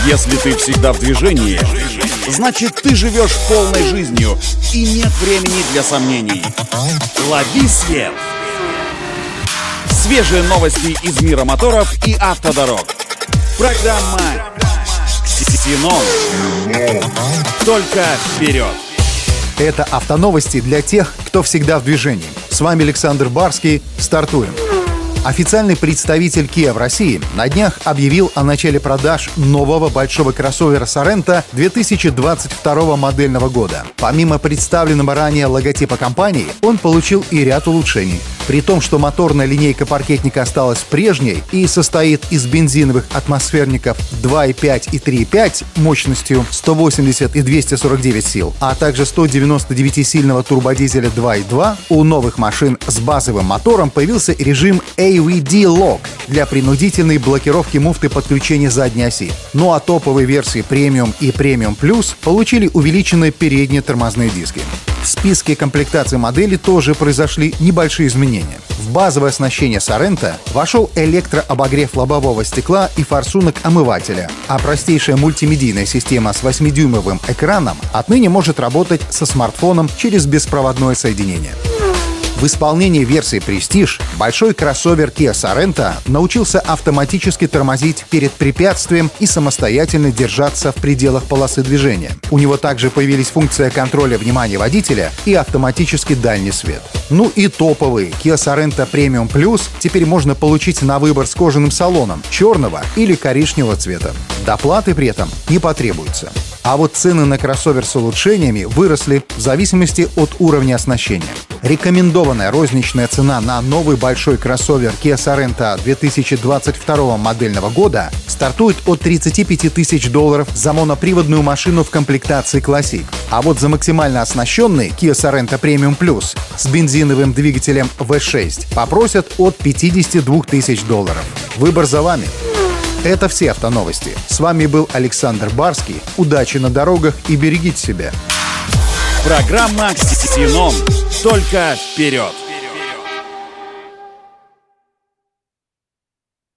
Если ты всегда в движении, значит, ты живешь полной жизнью и нет времени для сомнений. Лови свет! Свежие новости из мира моторов и автодорог. Программа «Ксенон». Только вперед! Это автоновости для тех, кто всегда в движении. С вами Александр Барский. Стартуем. Официальный представитель Kia в России на днях объявил о начале продаж нового большого кроссовера Sorento 2022 модельного года. Помимо представленного ранее логотипа компании, он получил и ряд улучшений. При том, что моторная линейка паркетника осталась прежней и состоит из бензиновых атмосферников 2.5 и 3.5 мощностью 180 и 249 сил, а также 199-сильного турбодизеля 2.2, у новых машин с базовым мотором появился режим AVD Lock для принудительной блокировки муфты подключения задней оси. Ну а топовые версии Premium и Premium Plus получили увеличенные передние тормозные диски. В списке комплектаций модели тоже произошли небольшие изменения. В базовое оснащение Sorento вошел электрообогрев лобового стекла и форсунок омывателя, а простейшая мультимедийная система с 8-дюймовым экраном отныне может работать со смартфоном через беспроводное соединение. В исполнении версии Prestige большой кроссовер Kia Sorento научился автоматически тормозить перед препятствием и самостоятельно держаться в пределах полосы движения. У него также появились функция контроля внимания водителя и автоматический дальний свет. Ну и топовый Kia Sorento Premium Plus теперь можно получить на выбор с кожаным салоном черного или коричневого цвета. Доплаты при этом не потребуется. А вот цены на кроссовер с улучшениями выросли в зависимости от уровня оснащения. Рекомендованная розничная цена на новый большой кроссовер Kia Sorento 2022 модельного года стартует от $35 тысяч за моноприводную машину в комплектации Classic. А вот за максимально оснащенный Kia Sorento Premium Plus с бензиновым двигателем V6 попросят от $52 тысяч. Выбор за вами. Это все автоновости. С вами был Александр Барский. Удачи на дорогах и берегите себя. Программа «Ксенон». Только вперед!